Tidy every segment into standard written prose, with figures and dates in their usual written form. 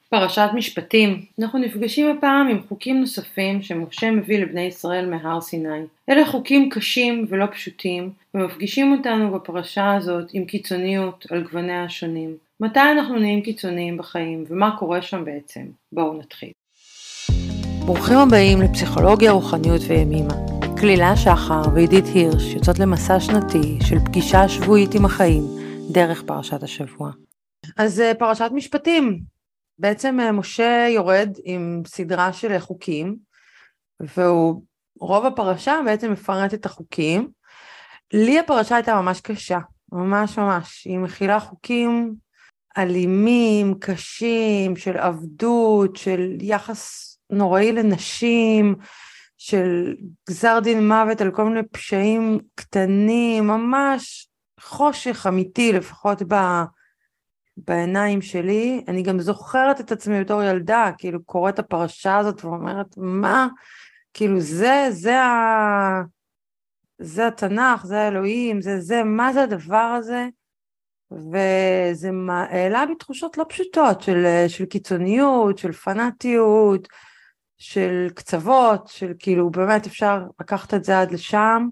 פרשת משפטים. אנחנו נפגשים הפעם עם חוקים נוספים שמשה מביא לבני ישראל מהר סיני. אלה חוקים קשים ולא פשוטים, ומפגישים אותנו בפרשה הזאת עם קיצוניות על גווניה השונים. מתי אנחנו נהיים קיצוניים בחיים, ומה קורה שם בעצם? בואו נתחיל. ברוכים הבאים לפסיכולוגיה, רוחניות וימימה. כלילה שחר ועידית הירש יוצאות למסע שנתי של פגישה שבועית עם החיים דרך פרשת השבוע. אז פרשת משפטים. בעצם משה יורד עם סדרה של חוקים, ורוב הפרשה בעצם מפרט את החוקים. לי הפרשה הייתה ממש קשה, ממש. היא מכילה חוקים אלימים, קשים, של עבדות, של יחס נוראי לנשים, של גזר דין מוות על כל מיני פשעים קטנים, ממש חושך אמיתי, לפחות בעיניים שלי. אני גם זוכרת את עצמי בתור ילדה, כאילו קוראת הפרשה הזאת ואומרת, מה? כאילו זה התנ"ך, זה האלוהים, מה זה הדבר הזה? וזה העלה בי תחושות לא פשוטות של קיצוניות, של פנאטיות, של קצוות, של כאילו באמת אפשר לקחת את זה עד לשם,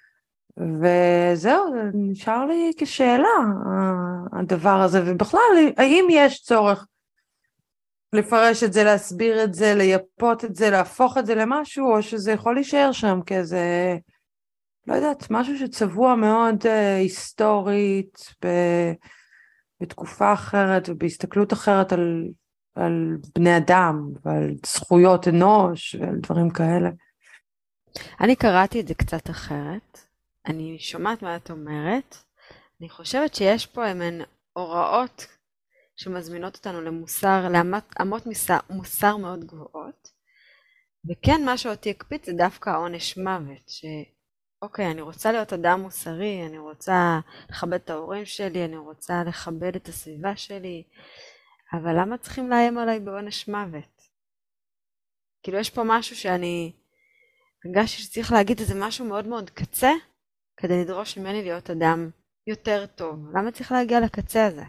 וזהו, זה נשאר לי כשאלה, הדבר הזה, ובכלל, האם יש צורך לפרש את זה, להסביר את זה, לייפות את זה, להפוך את זה למשהו, או שזה יכול להישאר שם כאיזה, לא יודעת, משהו שצבוע מאוד היסטורית, בתקופה אחרת, ובהסתכלות אחרת על בני אדם, ועל זכויות אנוש, ועל דברים כאלה. אני קראתי את זה קצת אחרת. אני שומעת מה את אומרת. אני חושבת שיש פה הוראות שמזמינות אותנו למוסר, לאמות מוסר מאוד גבוהות. וכן, מה שאותי הקפיץ זה דווקא עונש מוות, אוקיי, אני רוצה להיות אדם מוסרי, אני רוצה לכבד את ההורים שלי, אני רוצה לכבד את הסביבה שלי, אבל למה צריכים לאיים עליי בעונש מוות? כאילו יש פה משהו שאני הרגשתי שצריך להגיד איזה משהו מאוד מאוד קצה, כדי לדרוש ממני להיות אדם יותר טוב. למה צריך להגיע לקצה הזה?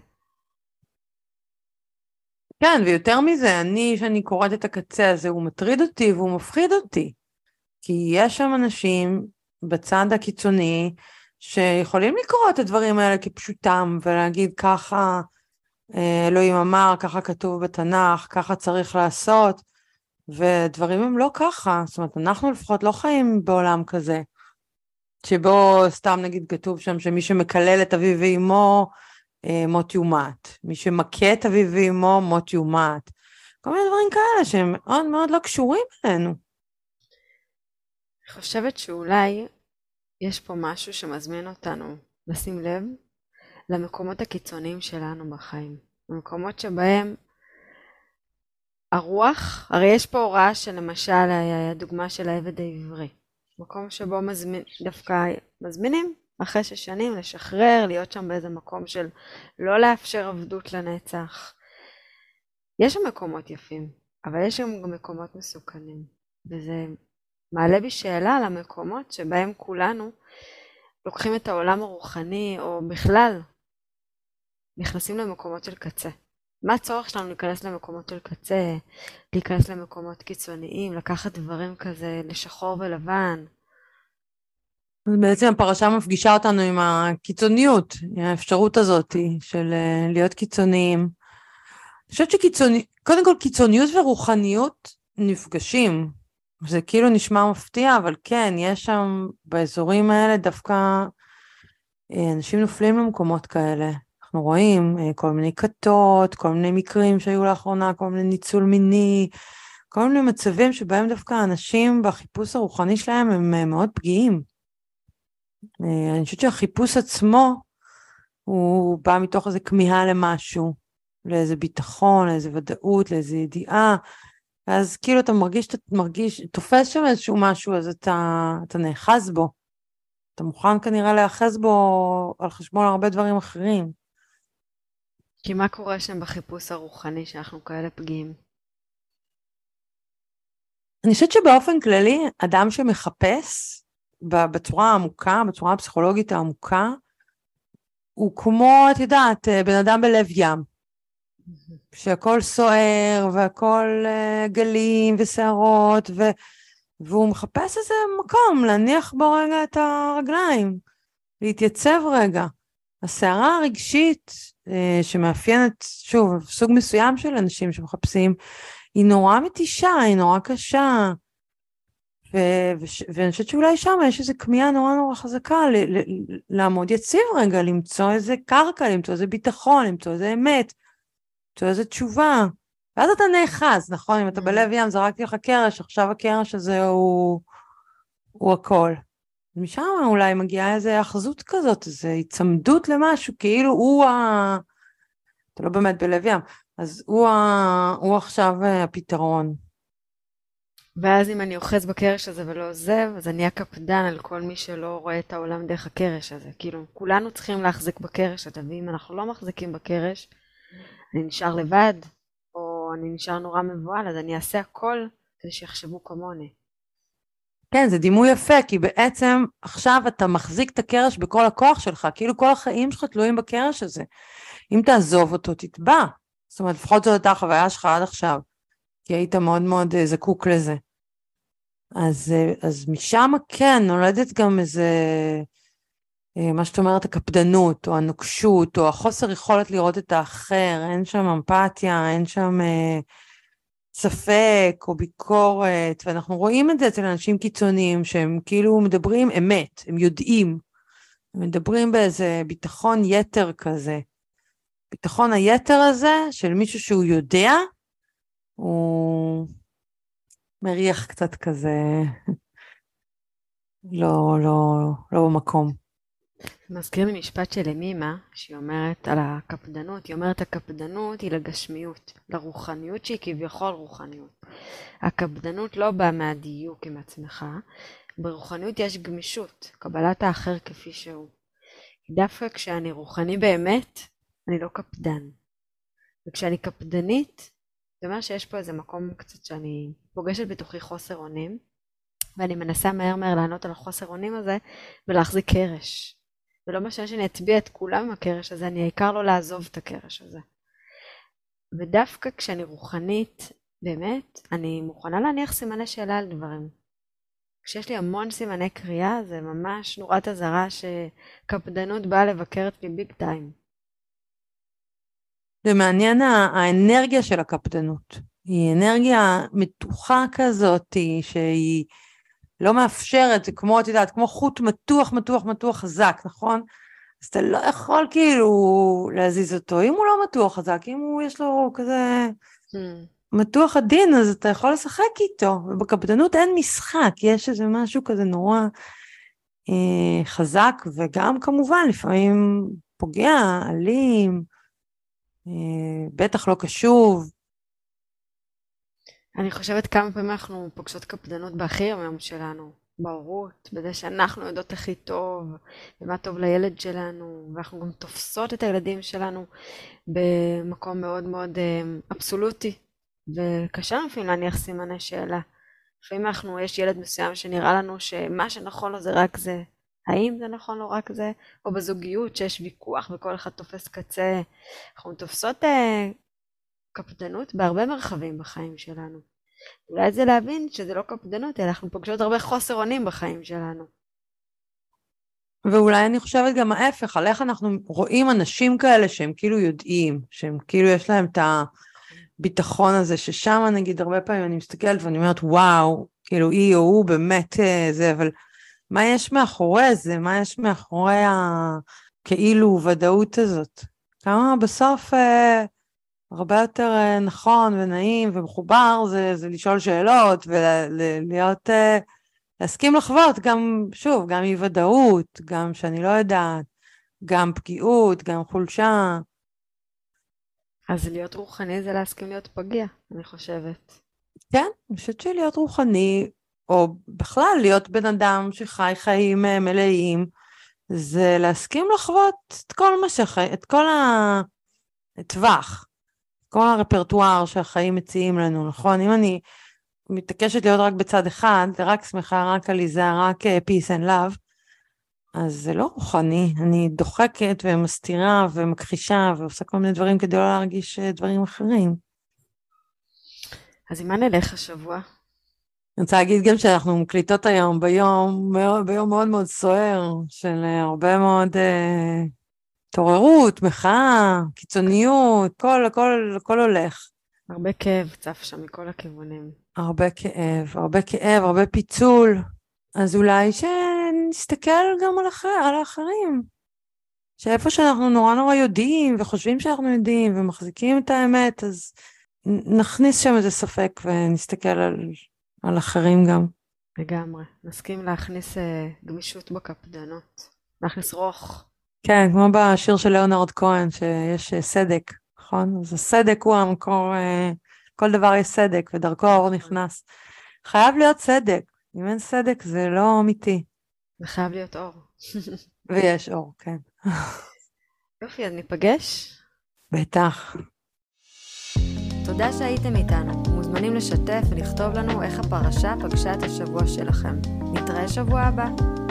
כן, ויותר מזה, שאני קוראת את הקצה הזה, הוא מטריד אותי והוא מפחיד אותי. כי יש שם אנשים בצד הקיצוני, שיכולים לקרוא את הדברים האלה כפשוטם, ולהגיד ככה אלוהים אמר, ככה כתוב בתנ"ך, ככה צריך לעשות, ודברים הם לא ככה. זאת אומרת, אנחנו לפחות לא חיים בעולם כזה, שבו סתם נגיד כתוב שם שמי שמקלל את אביו ואמו, מות יומת. מי שמכה את אביו ואמו, מות יומת. כל מיני דברים כאלה שהם מאוד מאוד לא קשורים אלינו. אני חושבת שאולי יש פה משהו שמזמין אותנו לשים לב למקומות הקיצוניים שלנו בחיים. במקומות שבהם הרוח, הרי יש פה הוראה שלמשל הדוגמה של העבד העברי. מקום שבו דווקא מזמינים אחרי 6 שנים לשחרר, להיות שם באיזה מקום של לא לאפשר עבדות לנצח. יש שם מקומות יפים, אבל יש שם גם מקומות מסוכנים. וזה מעלה בי שאלה על המקומות שבהם כולנו לוקחים את העולם הרוחני, או בכלל נכנסים למקומות של קצה. מה הצורך שלנו להיכנס למקומות של קצה, להיכנס למקומות קיצוניים, לקחת דברים כזה לשחור ולבן? בעצם הפרשה מפגישה אותנו עם הקיצוניות, עם האפשרות הזאת של להיות קיצוניים. אני חושבת קודם כל קיצוניות ורוחניות נפגשים. זה כאילו נשמע מפתיע, אבל כן, יש שם באזורים האלה דווקא אנשים נופלים למקומות כאלה. אנחנו רואים כל מיני כתות, כל מיני מקרים שהיו לאחרונה, כל מיני ניצול מיני, כל מיני מצבים שבהם דווקא האנשים בחיפוש הרוחני שלהם הם מאוד פגיעים. אני חושבת שהחיפוש עצמו הוא בא מתוך איזו כמיהה למשהו, לאיזה ביטחון, לאיזה ודאות, לאיזה ידיעה, ואז כאילו אתה תופס שם איזשהו משהו, אז אתה נאחז בו. אתה מוכן כנראה להאחז בו על חשבון הרבה דברים אחרים. כי מה קורה שם בחיפוש הרוחני שאנחנו כאלה פגיעים? אני חושבת שבאופן כללי, אדם שמחפש בצורה העמוקה, בצורה הפסיכולוגית העמוקה, הוא כמו, את יודעת, בן אדם בלב ים. שהכל סוער, והכל גלים ושערות, והוא מחפש איזה מקום, להניח בו רגע את הרגליים, להתייצב רגע. הסערה הרגשית שמאפיינת, שוב, סוג מסוים של אנשים שמחפשים, היא נורא מתישה, היא נורא קשה, ואני חושבת שאולי שם יש איזו כמיהה נורא נורא חזקה, לעמוד יציב רגע, למצוא איזה קרקע, למצוא איזה ביטחון, למצוא איזה אמת, למצוא איזה תשובה, ואז אתה נאחז, נכון? אם אתה בלב ים, זרקתי לך קרש, עכשיו הקרש הזה הוא הכל. משם אולי מגיעה איזו אחזות כזאת, איזו הצמדות למשהו, כאילו אתה לא באמת בלב ים, אז הוא עכשיו הפתרון. ואז אם אני אוחז בקרש הזה ולא עוזב, אז אני הקפדן על כל מי שלא רואה את העולם דרך הקרש הזה. כאילו, כולנו צריכים להחזיק בקרש הזה, ואם אנחנו לא מחזיקים בקרש, אני נשאר לבד, או אני נשאר נורא מבועל, אז אני אעשה הכל כדי שיחשבו כמוני. כן, זה דימוי יפה, כי בעצם עכשיו אתה מחזיק את הקרש בכל הכוח שלך, כאילו כל החיים שלך תלויים בקרש הזה. אם תעזוב אותו, תטבע. זאת אומרת, לפחות זאת הייתה החוויה שלך עד עכשיו, כי היית מאוד מאוד זקוק לזה. אז משם כן, נולדת גם איזה, מה שאת אומרת, הקפדנות, או הנוקשות, או החוסר יכולת לראות את האחר, אין שם אמפתיה, אין שם ספק או ביקורת, ואנחנו רואים את זה אצל אנשים קיצוניים, שהם כאילו מדברים אמת, הם יודעים, הם מדברים באיזה ביטחון יתר כזה. ביטחון היתר הזה, של מישהו שהוא יודע, הוא מריח קצת כזה, לא במקום. מזכיר לי משפט של אמימה, שהיא אומרת על הקפדנות, היא אומרת הקפדנות היא לגשמיות, לרוחניות שהיא כביכול רוחניות. הקפדנות לא באה מהדיוק עם עצמך, ברוחניות יש גמישות, קבלת האחר כפי שהוא. דווקא כשאני רוחני באמת, אני לא קפדן. וכשאני קפדנית, זה אומר שיש פה איזה מקום קצת שאני פוגשת בתוכי חוסר אונים, ואני מנסה מהר לענות על החוסר אונים הזה, ולהחזיק קרש. ולא משנה שאני אטביע את כולם עם הקרש הזה, אני העיקר לא לעזוב את הקרש הזה. ודווקא כשאני רוחנית, באמת, אני מוכנה להניח סימני שאלה על דברים. כשיש לי המון סימני קריאה, זה ממש נורת אזהרה שקפדנות באה לבקר אותי ביג טיים. זה מעניין האנרגיה של הקפדנות. היא אנרגיה מתוחה כזאת, שהיא לא מאפשרת, זה כמו, את יודעת, כמו חוט מתוח חזק, נכון? אז אתה לא יכול כאילו להזיז אותו. אם הוא לא מתוח חזק, אם הוא יש לו כזה מתוח עדין, אז אתה יכול לשחק איתו. ובקפדנות אין משחק, יש איזה משהו כזה נורא חזק, וגם כמובן לפעמים פוגע, אלים, בטח לא קשוב. אני חושבת כמה פעמים אנחנו פוגשות קפדנות בהכי יום שלנו, בהורות, בזה שאנחנו יודעות הכי טוב, ומה טוב לילד שלנו, ואנחנו גם תופסות את הילדים שלנו במקום מאוד מאוד אבסולוטי, וקשה לנו לפעמים להניח סימני שאלה. לפעמים יש ילד מסוים שנראה לנו שמה שנכון לו זה רק זה, האם זה נכון לו רק זה, או בזוגיות שיש ויכוח וכל אחד תופס קצה, אנחנו תופסות קפדנות בהרבה מרחבים בחיים שלנו. אולי זה להבין שזה לא קפדנות, אלא אנחנו פוגשות הרבה חוסר אונים בחיים שלנו. ואולי אני חושבת גם ההפך, על איך אנחנו רואים אנשים כאלה שהם כאילו יודעים, שהם כאילו יש להם את הביטחון הזה, ששם נגיד הרבה פעמים אני מסתכלת ואני אומרת וואו, כאילו היא או הוא באמת זה, אבל מה יש מאחורי זה? מה יש מאחורי כאילו ודאות הזאת? כמה בסוף הרבה יותר נכון ונעים ומחובר זה לשאול שאלות ולהיות, להסכים לחוות גם, שוב, גם אי ודאות, גם שאני לא יודעת, גם פגיעות, גם חולשה. אז להיות רוחני זה להסכים להיות פגיע, אני חושבת. כן, אני חושבת שלהיות רוחני, או בכלל להיות בן אדם שחי חיים מלאים, זה להסכים לחוות את כל מה את כל הטווח, כל הרפרטואר שהחיים מציעים לנו, נכון? אם אני מתעקשת להיות רק בצד אחד, רק שמחה, רק עליזה, רק peace and love, אז זה לא רוחני, אני דוחקת ומסתירה ומכחישה ועושה כל מיני דברים כדי לא להרגיש דברים אחרים. אז עם מה נלך השבוע? אני רוצה להגיד גם שאנחנו מקליטות היום ביום מאוד מאוד סוער, של הרבה מאוד התעוררות, מחאה, קיצוניות, הכל הולך. הרבה כאב צף שם מכל הכיוונים. הרבה כאב, הרבה פיצול. אז אולי שנסתכל גם על האחרים. שאיפה שאנחנו נורא יודעים וחושבים שאנחנו יודעים ומחזיקים את האמת, אז נכניס שם איזה ספק ונסתכל על אחרים גם. לגמרי. נסכים להכניס גמישות בקפדנות. להכניס רוך. כן, כמו בשיר של ליאונרד כהן, שיש סדק, נכון? אז הסדק הוא המקור, כל דבר יש סדק, ודרכו האור נכנס. חייב להיות סדק. אם אין סדק זה לא אמיתי. זה חייב להיות אור. ויש אור, כן. יופי, אז ניפגש? בטח. תודה שהייתם איתנו. מוזמנים לשתף ולכתוב לנו איך הפרשה פגשה את השבוע שלכם. נתראה שבוע הבא.